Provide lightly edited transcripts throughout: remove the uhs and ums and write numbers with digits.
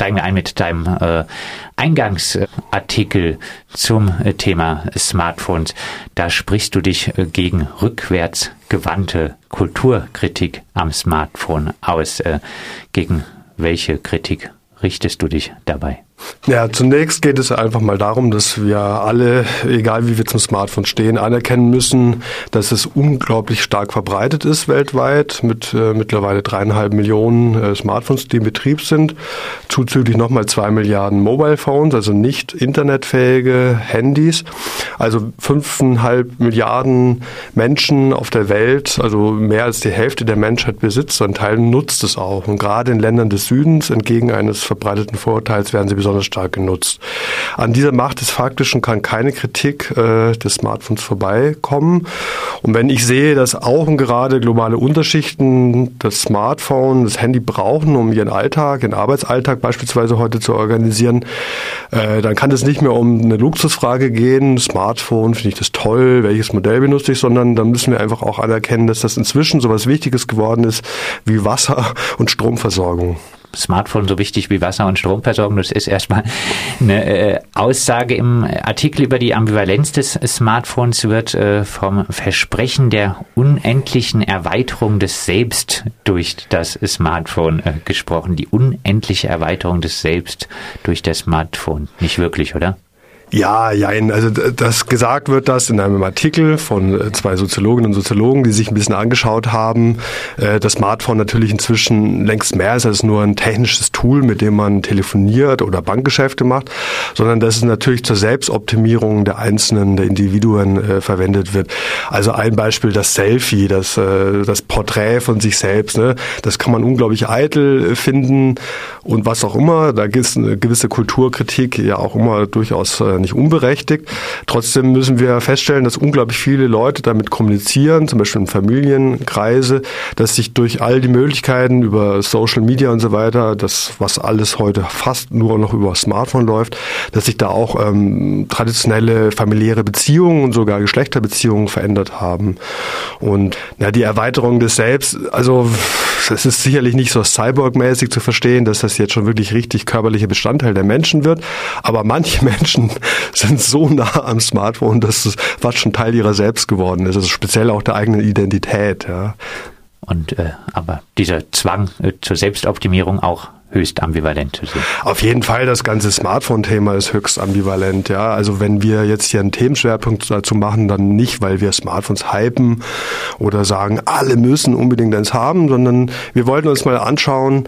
steigen wir ein mit deinem Eingangsartikel zum Thema Smartphones. Da sprichst du dich gegen rückwärtsgewandte Kulturkritik am Smartphone aus. Gegen welche Kritik richtest du dich dabei? Ja, zunächst geht es einfach mal darum, dass wir alle, egal wie wir zum Smartphone stehen, anerkennen müssen, dass es unglaublich stark verbreitet ist weltweit mit mittlerweile 3,5 Millionen Smartphones, die in Betrieb sind. Zuzüglich nochmal 2 Milliarden Mobile Phones, also nicht internetfähige Handys. Also 5,5 Milliarden Menschen auf der Welt, also mehr als die Hälfte der Menschheit besitzt, ein Teil nutzt es auch. Und gerade in Ländern des Südens, entgegen eines verbreiteten Vorurteils, werden sie besonders stark genutzt. An dieser Macht des Faktischen kann keine Kritik des Smartphones vorbeikommen. Und wenn ich sehe, dass auch und gerade globale Unterschichten das Smartphone, das Handy brauchen, um ihren Alltag, ihren Arbeitsalltag beispielsweise heute zu organisieren, dann kann es nicht mehr um eine Luxusfrage gehen, Smartphone, finde ich das toll, welches Modell benutze ich, sondern da müssen wir einfach auch anerkennen, dass das inzwischen so was Wichtiges geworden ist wie Wasser- und Stromversorgung. Smartphone so wichtig wie Wasser- und Stromversorgung. Das ist erstmal eine Aussage. Im Artikel über die Ambivalenz des Smartphones wird vom Versprechen der unendlichen Erweiterung des Selbst durch das Smartphone gesprochen. Die unendliche Erweiterung des Selbst durch das Smartphone. Nicht wirklich, oder? Ja, also das gesagt wird das in einem Artikel von 2 Soziologinnen und Soziologen, die sich ein bisschen angeschaut haben. Das Smartphone natürlich inzwischen längst mehr ist als nur ein technisches Tool, mit dem man telefoniert oder Bankgeschäfte macht, sondern dass es natürlich zur Selbstoptimierung der Individuen verwendet wird. Also ein Beispiel, das Selfie, das Porträt von sich selbst, ne? Das kann man unglaublich eitel finden und was auch immer. Da gibt es eine gewisse Kulturkritik ja auch immer durchaus nicht unberechtigt. Trotzdem müssen wir feststellen, dass unglaublich viele Leute damit kommunizieren, zum Beispiel in Familienkreise, dass sich durch all die Möglichkeiten über Social Media und so weiter, das, was alles heute fast nur noch über Smartphone läuft, dass sich da auch traditionelle familiäre Beziehungen und sogar Geschlechterbeziehungen verändert haben. Und die Erweiterung des Selbst, also es ist sicherlich nicht so cyborg-mäßig zu verstehen, dass das jetzt schon wirklich richtig körperlicher Bestandteil der Menschen wird, aber manche Menschen sind so nah am Smartphone, dass es fast schon Teil ihrer selbst geworden ist, also speziell auch der eigenen Identität. Ja. Und aber dieser Zwang zur Selbstoptimierung auch höchst ambivalent zu sehen. Auf jeden Fall, das ganze Smartphone-Thema ist höchst ambivalent. Ja, also wenn wir jetzt hier einen Themenschwerpunkt dazu machen, dann nicht, weil wir Smartphones hypen oder sagen, alle müssen unbedingt eins haben, sondern wir wollten uns mal anschauen,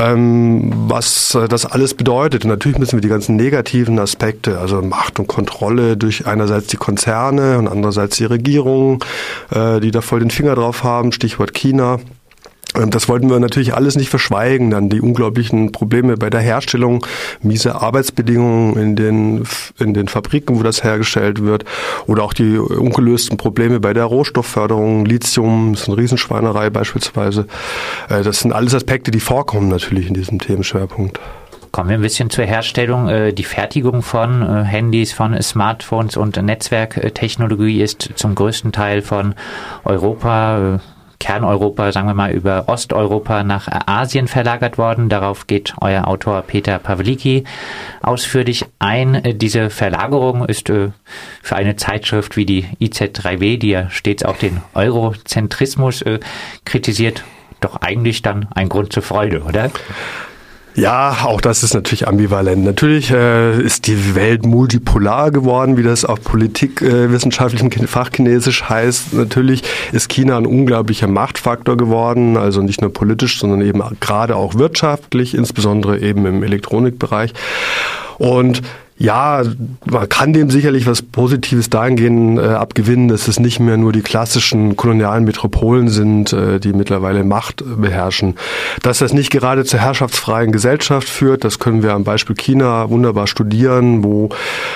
was das alles bedeutet. Und natürlich müssen wir die ganzen negativen Aspekte, also Macht und Kontrolle durch einerseits die Konzerne und andererseits die Regierungen, die da voll den Finger drauf haben, Stichwort China. Das wollten wir natürlich alles nicht verschweigen, dann die unglaublichen Probleme bei der Herstellung, miese Arbeitsbedingungen in den Fabriken, wo das hergestellt wird, oder auch die ungelösten Probleme bei der Rohstoffförderung, Lithium, das ist eine Riesenschweinerei beispielsweise. Das sind alles Aspekte, die vorkommen natürlich in diesem Themenschwerpunkt. Kommen wir ein bisschen zur Herstellung. Die Fertigung von Handys, von Smartphones und Netzwerktechnologie ist zum größten Teil von Europa, Kerneuropa, sagen wir mal, über Osteuropa nach Asien verlagert worden. Darauf geht euer Autor Peter Pawlicki ausführlich ein. Diese Verlagerung ist für eine Zeitschrift wie die IZ3W, die ja stets auch den Eurozentrismus kritisiert, doch eigentlich dann ein Grund zur Freude, oder? Ja, auch das ist natürlich ambivalent. Natürlich ist die Welt multipolar geworden, wie das auf politikwissenschaftlichem Fachchinesisch heißt. Natürlich ist China ein unglaublicher Machtfaktor geworden, also nicht nur politisch, sondern eben gerade auch wirtschaftlich, insbesondere eben im Elektronikbereich. Und ja, man kann dem sicherlich was Positives dahingehend abgewinnen, dass es nicht mehr nur die klassischen kolonialen Metropolen sind, die mittlerweile Macht beherrschen. Dass das nicht gerade zur herrschaftsfreien Gesellschaft führt, das können wir am Beispiel China wunderbar studieren, wo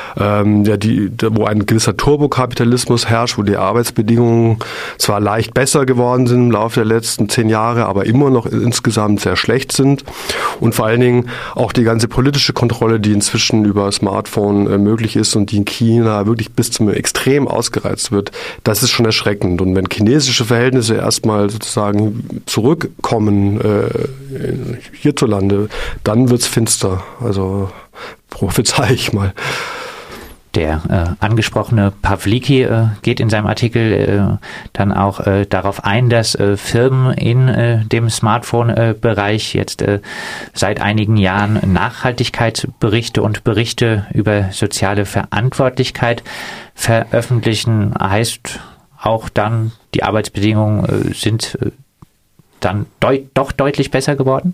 ein gewisser Turbokapitalismus herrscht, wo die Arbeitsbedingungen zwar leicht besser geworden sind im Laufe der letzten 10 Jahre, aber immer noch insgesamt sehr schlecht sind. Und vor allen Dingen auch die ganze politische Kontrolle, die inzwischen über Smartphones Smartphone möglich ist und die in China wirklich bis zum Extrem ausgereizt wird, das ist schon erschreckend. Und wenn chinesische Verhältnisse erstmal sozusagen zurückkommen hierzulande, dann wird's finster. Also prophezei ich mal. Der angesprochene Pawlicki geht in seinem Artikel dann auch darauf ein, dass Firmen in dem Smartphone-Bereich jetzt seit einigen Jahren Nachhaltigkeitsberichte und Berichte über soziale Verantwortlichkeit veröffentlichen. Heißt auch dann, die Arbeitsbedingungen sind dann doch deutlich besser geworden?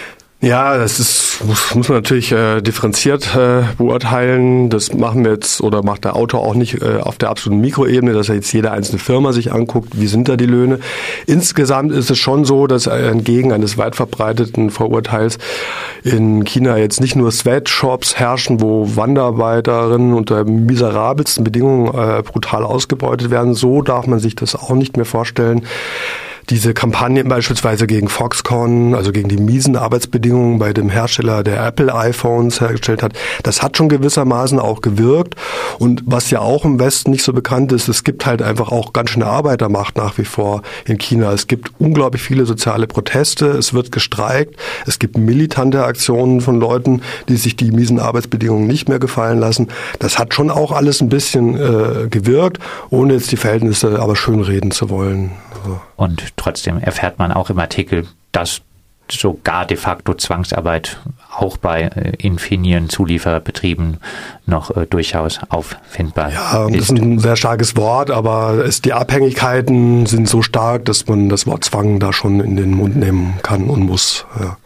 Ja, das muss man natürlich differenziert beurteilen. Das machen wir jetzt oder macht der Autor auch nicht auf der absoluten Mikroebene, dass er jetzt jede einzelne Firma sich anguckt, wie sind da die Löhne. Insgesamt ist es schon so, dass entgegen eines weit verbreiteten Vorurteils in China jetzt nicht nur Sweatshops herrschen, wo Wanderarbeiterinnen unter miserabelsten Bedingungen brutal ausgebeutet werden. So darf man sich das auch nicht mehr vorstellen. Diese Kampagnen beispielsweise gegen Foxconn, also gegen die miesen Arbeitsbedingungen bei dem Hersteller, der Apple iPhones hergestellt hat, das hat schon gewissermaßen auch gewirkt. Und was ja auch im Westen nicht so bekannt ist, es gibt halt einfach auch ganz schöne Arbeitermacht nach wie vor in China. Es gibt unglaublich viele soziale Proteste, es wird gestreikt, es gibt militante Aktionen von Leuten, die sich die miesen Arbeitsbedingungen nicht mehr gefallen lassen. Das hat schon auch alles ein bisschen gewirkt, ohne jetzt die Verhältnisse aber schönreden zu wollen. Und trotzdem erfährt man auch im Artikel, dass sogar de facto Zwangsarbeit auch bei Infineon Zulieferbetrieben noch durchaus auffindbar ist. Das ist ein sehr starkes Wort, aber die Abhängigkeiten sind so stark, dass man das Wort Zwang da schon in den Mund nehmen kann und muss. Ja.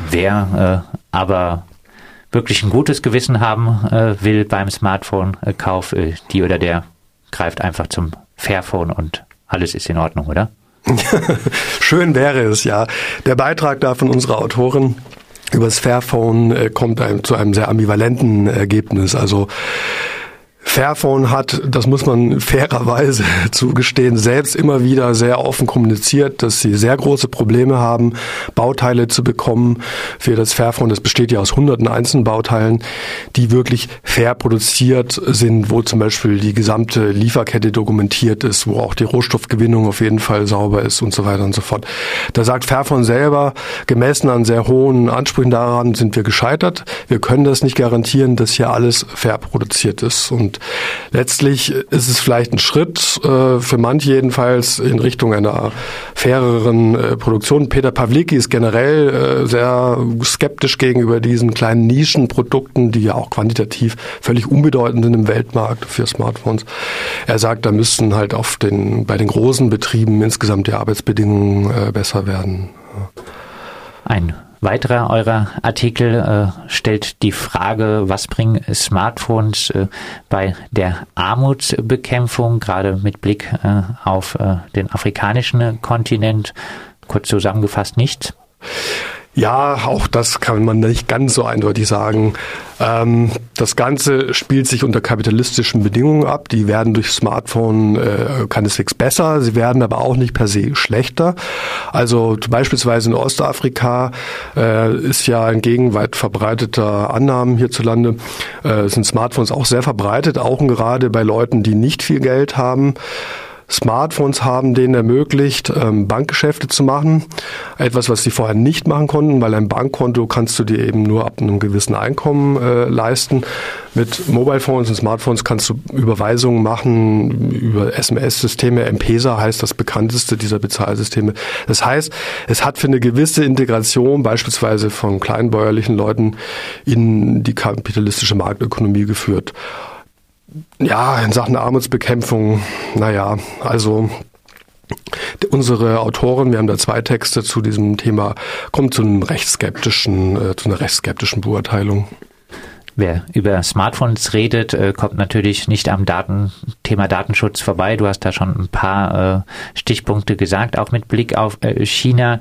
Wer aber wirklich ein gutes Gewissen haben will beim Smartphone-Kauf, die oder der greift einfach zum Fairphone und alles ist in Ordnung, oder? Schön wäre es, ja. Der Beitrag da von unserer Autorin über das Fairphone kommt zu einem sehr ambivalenten Ergebnis. Also Fairphone hat, das muss man fairerweise zugestehen, selbst immer wieder sehr offen kommuniziert, dass sie sehr große Probleme haben, Bauteile zu bekommen für das Fairphone. Das besteht ja aus hunderten Einzelbauteilen, die wirklich fair produziert sind, wo zum Beispiel die gesamte Lieferkette dokumentiert ist, wo auch die Rohstoffgewinnung auf jeden Fall sauber ist und so weiter und so fort. Da sagt Fairphone selber, gemessen an sehr hohen Ansprüchen daran sind wir gescheitert. Wir können das nicht garantieren, dass hier alles fair produziert ist. Und letztlich ist es vielleicht ein Schritt, für manche jedenfalls, in Richtung einer faireren Produktion. Peter Pawlicki ist generell sehr skeptisch gegenüber diesen kleinen Nischenprodukten, die ja auch quantitativ völlig unbedeutend sind im Weltmarkt für Smartphones. Er sagt, da müssten halt bei den großen Betrieben insgesamt die Arbeitsbedingungen besser werden. Ein weiterer eurer Artikel stellt die Frage, was bringen Smartphones bei der Armutsbekämpfung, gerade mit Blick auf den afrikanischen Kontinent? Kurz zusammengefasst, nichts? Ja, auch das kann man nicht ganz so eindeutig sagen. Das Ganze spielt sich unter kapitalistischen Bedingungen ab. Die werden durch Smartphone keineswegs besser, sie werden aber auch nicht per se schlechter. Also beispielsweise in Ostafrika ist ja entgegen weit verbreiteter Annahmen hierzulande, sind Smartphones auch sehr verbreitet, auch und gerade bei Leuten, die nicht viel Geld haben. Smartphones haben denen ermöglicht, Bankgeschäfte zu machen. Etwas, was sie vorher nicht machen konnten, weil ein Bankkonto kannst du dir eben nur ab einem gewissen Einkommen leisten. Mit Mobilephones und Smartphones kannst du Überweisungen machen über SMS-Systeme. M-Pesa heißt das bekannteste dieser Bezahlsysteme. Das heißt, es hat für eine gewisse Integration beispielsweise von kleinbäuerlichen Leuten in die kapitalistische Marktökonomie geführt. Ja, in Sachen Armutsbekämpfung, also unsere Autorin, wir haben da 2 Texte zu diesem Thema, kommt zu einer recht skeptischen Beurteilung. Wer über Smartphones redet, kommt natürlich nicht am Thema Datenschutz vorbei. Du hast da schon ein paar Stichpunkte gesagt, auch mit Blick auf China.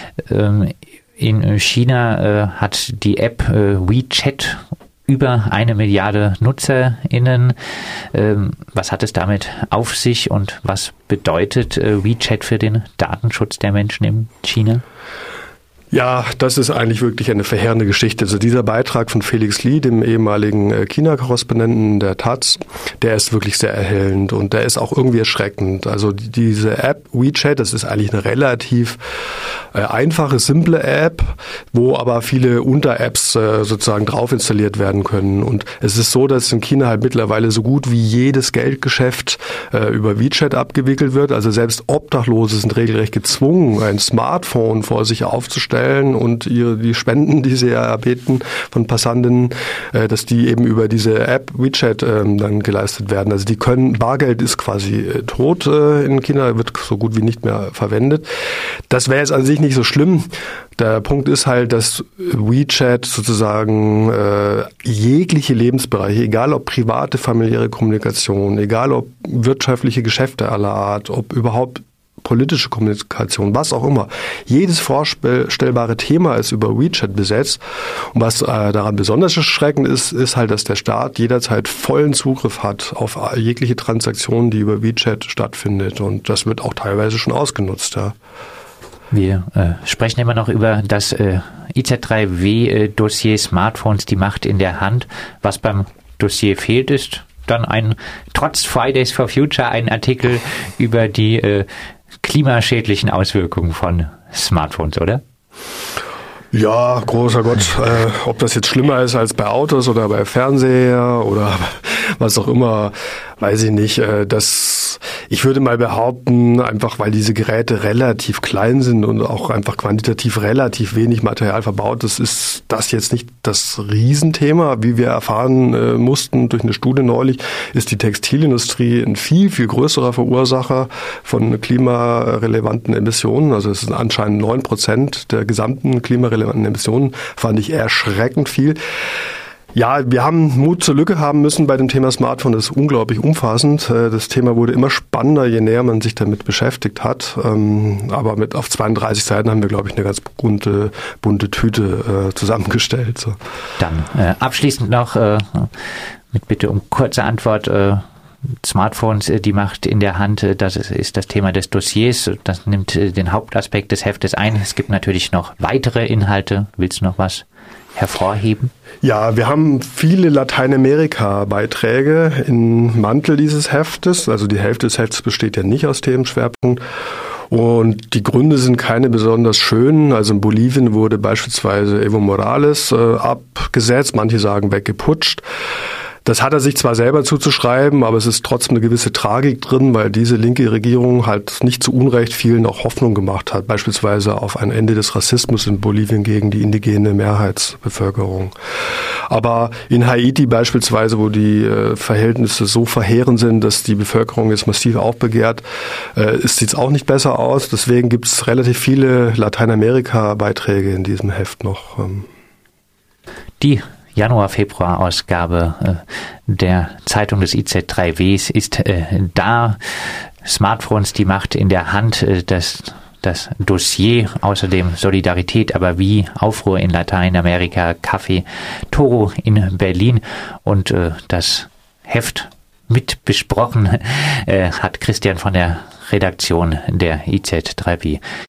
In China hat die App WeChat über 1 Milliarde NutzerInnen. Was hat es damit auf sich und was bedeutet WeChat für den Datenschutz der Menschen in China? Ja, das ist eigentlich wirklich eine verheerende Geschichte. Also dieser Beitrag von Felix Lee, dem ehemaligen China-Korrespondenten der Taz, der ist wirklich sehr erhellend und der ist auch irgendwie erschreckend. Also diese App WeChat, das ist eigentlich eine relativ einfache, simple App, wo aber viele Unter-Apps sozusagen drauf installiert werden können. Und es ist so, dass in China halt mittlerweile so gut wie jedes Geldgeschäft über WeChat abgewickelt wird. Also selbst Obdachlose sind regelrecht gezwungen, ein Smartphone vor sich aufzustellen und die Spenden, die sie ja erbeten von Passantinnen, dass die eben über diese App WeChat dann geleistet werden. Also die können, Bargeld ist quasi tot in China, wird so gut wie nicht mehr verwendet. Das wäre jetzt an sich nicht so schlimm. Der Punkt ist halt, dass WeChat sozusagen jegliche Lebensbereiche, egal ob private, familiäre Kommunikation, egal ob wirtschaftliche Geschäfte aller Art, ob überhaupt politische Kommunikation, was auch immer. Jedes vorstellbare Thema ist über WeChat besetzt. Und was daran besonders erschreckend ist, ist halt, dass der Staat jederzeit vollen Zugriff hat auf jegliche Transaktion, die über WeChat stattfindet. Und das wird auch teilweise schon ausgenutzt. Ja. Wir sprechen immer noch über das IZ3W-Dossier Smartphones, die Macht in der Hand. Was beim Dossier fehlt, ist dann trotz Fridays for Future ein Artikel über die klimaschädlichen Auswirkungen von Smartphones, oder? Ja, großer Gott, ob das jetzt schlimmer ist als bei Autos oder bei Fernseher oder was auch immer, weiß ich nicht. Ich würde mal behaupten, einfach weil diese Geräte relativ klein sind und auch einfach quantitativ relativ wenig Material verbaut ist das jetzt nicht das Riesenthema. Wie wir erfahren mussten durch eine Studie neulich, ist die Textilindustrie ein viel, viel größerer Verursacher von klimarelevanten Emissionen. Also es sind anscheinend 9% der gesamten klimarelevanten Emissionen, fand ich erschreckend viel. Ja, wir haben Mut zur Lücke haben müssen bei dem Thema Smartphone. Das ist unglaublich umfassend. Das Thema wurde immer spannender, je näher man sich damit beschäftigt hat. Aber auf 32 Seiten haben wir, glaube ich, eine ganz bunte Tüte zusammengestellt. So. Dann abschließend noch mit Bitte um kurze Antwort. Smartphones, die Macht in der Hand, das ist das Thema des Dossiers. Das nimmt den Hauptaspekt des Heftes ein. Es gibt natürlich noch weitere Inhalte. Willst du noch was hervorheben? Ja, wir haben viele Lateinamerika-Beiträge im Mantel dieses Heftes. Also die Hälfte des Heftes besteht ja nicht aus Themenschwerpunkten. Und die Gründe sind keine besonders schönen. Also in Bolivien wurde beispielsweise Evo Morales abgesetzt. Manche sagen weggeputscht. Das hat er sich zwar selber zuzuschreiben, aber es ist trotzdem eine gewisse Tragik drin, weil diese linke Regierung halt nicht zu Unrecht vielen auch Hoffnung gemacht hat, beispielsweise auf ein Ende des Rassismus in Bolivien gegen die indigene Mehrheitsbevölkerung. Aber in Haiti beispielsweise, wo die Verhältnisse so verheerend sind, dass die Bevölkerung jetzt massiv aufbegehrt, sieht es auch nicht besser aus. Deswegen gibt es relativ viele Lateinamerika-Beiträge in diesem Heft noch. Die Januar-Februar-Ausgabe der Zeitung des IZ3Ws ist da. Smartphones, die Macht in der Hand, das Dossier, außerdem Solidarität, aber wie Aufruhr in Lateinamerika, Café Toro in Berlin und das Heft mit besprochen hat Christian von der Redaktion der IZ3W.